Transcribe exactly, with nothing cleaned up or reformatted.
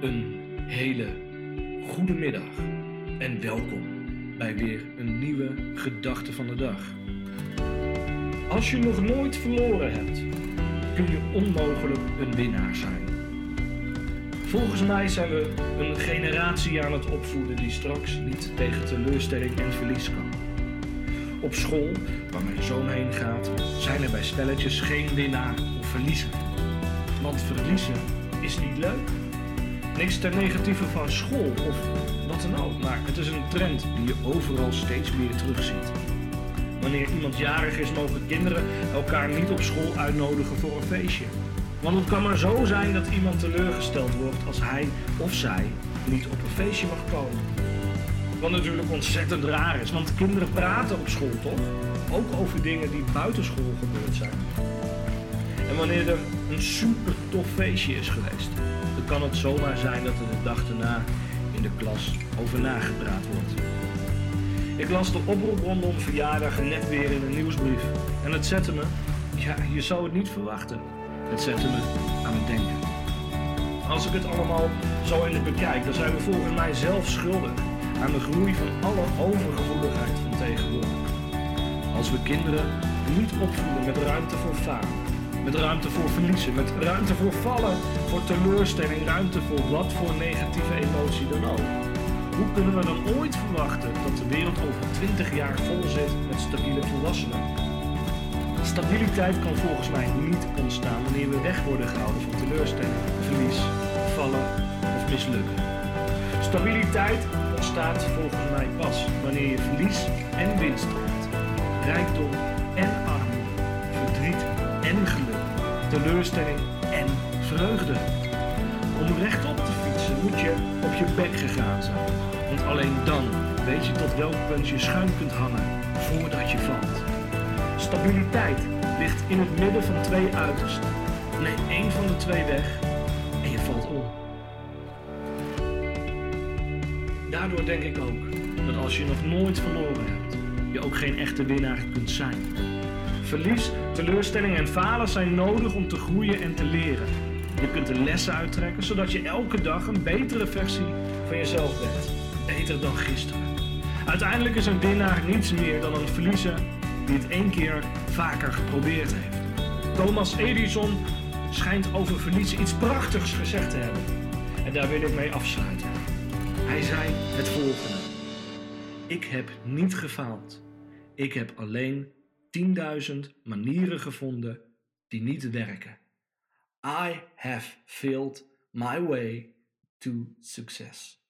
Een hele goede middag en welkom bij weer een nieuwe gedachte van de dag. Als je nog nooit verloren hebt, kun je onmogelijk een winnaar zijn. Volgens mij zijn we een generatie aan het opvoeden die straks niet tegen teleurstelling en verlies kan. Op school, waar mijn zoon heen gaat, zijn er bij spelletjes geen winnaar of verliezer. Want verliezen is niet leuk. Niks ten negatieve van school of wat dan ook, maar het is een trend die je overal steeds meer terugziet. Wanneer iemand jarig is, mogen kinderen elkaar niet op school uitnodigen voor een feestje. Want het kan maar zo zijn dat iemand teleurgesteld wordt als hij of zij niet op een feestje mag komen. Wat natuurlijk ontzettend raar is, want kinderen praten op school toch? Ook over dingen die buiten school gebeurd zijn. En wanneer er een super tof feestje is geweest, dan kan het zomaar zijn dat er de dag daarna in de klas over nagepraat wordt. Ik las de oproep rondom verjaardagen net weer in een nieuwsbrief. En het zette me, ja, je zou het niet verwachten, het zette me aan het denken. Als ik het allemaal zo in het bekijk, dan zijn we volgens mij zelf schuldig aan de groei van alle overgevoeligheid van tegenwoordig. Als we kinderen niet opvoeden met ruimte voor falen, met ruimte voor verliezen, met ruimte voor vallen, voor teleurstelling, ruimte voor wat voor negatieve emotie dan ook. Hoe kunnen we dan ooit verwachten dat de wereld over twintig jaar vol zit met stabiele volwassenen? Stabiliteit kan volgens mij niet ontstaan wanneer we weg worden gehouden van teleurstelling, verlies, vallen of mislukken. Stabiliteit ontstaat volgens mij pas wanneer je verlies en winst hebt, rijkdom en armoede, verdriet en geluk, teleurstelling en vreugde. Om rechtop te fietsen moet je op je bek gegaan zijn, want alleen dan weet je tot welk punt je schuin kunt hangen voordat je valt. Stabiliteit ligt in het midden van twee uitersten. Neem één van de twee weg en je valt om. Daardoor denk ik ook dat als je nog nooit verloren hebt, je ook geen echte winnaar kunt zijn. Verlies, teleurstelling en falen zijn nodig om te groeien en te leren. Je kunt er lessen uittrekken, zodat je elke dag een betere versie van jezelf bent. Beter dan gisteren. Uiteindelijk is een winnaar niets meer dan een verliezer die het één keer vaker geprobeerd heeft. Thomas Edison schijnt over verliezen iets prachtigs gezegd te hebben. En daar wil ik mee afsluiten. Hij zei het volgende: ik heb niet gefaald. Ik heb alleen tienduizend manieren gevonden die niet werken. I have failed my way to success.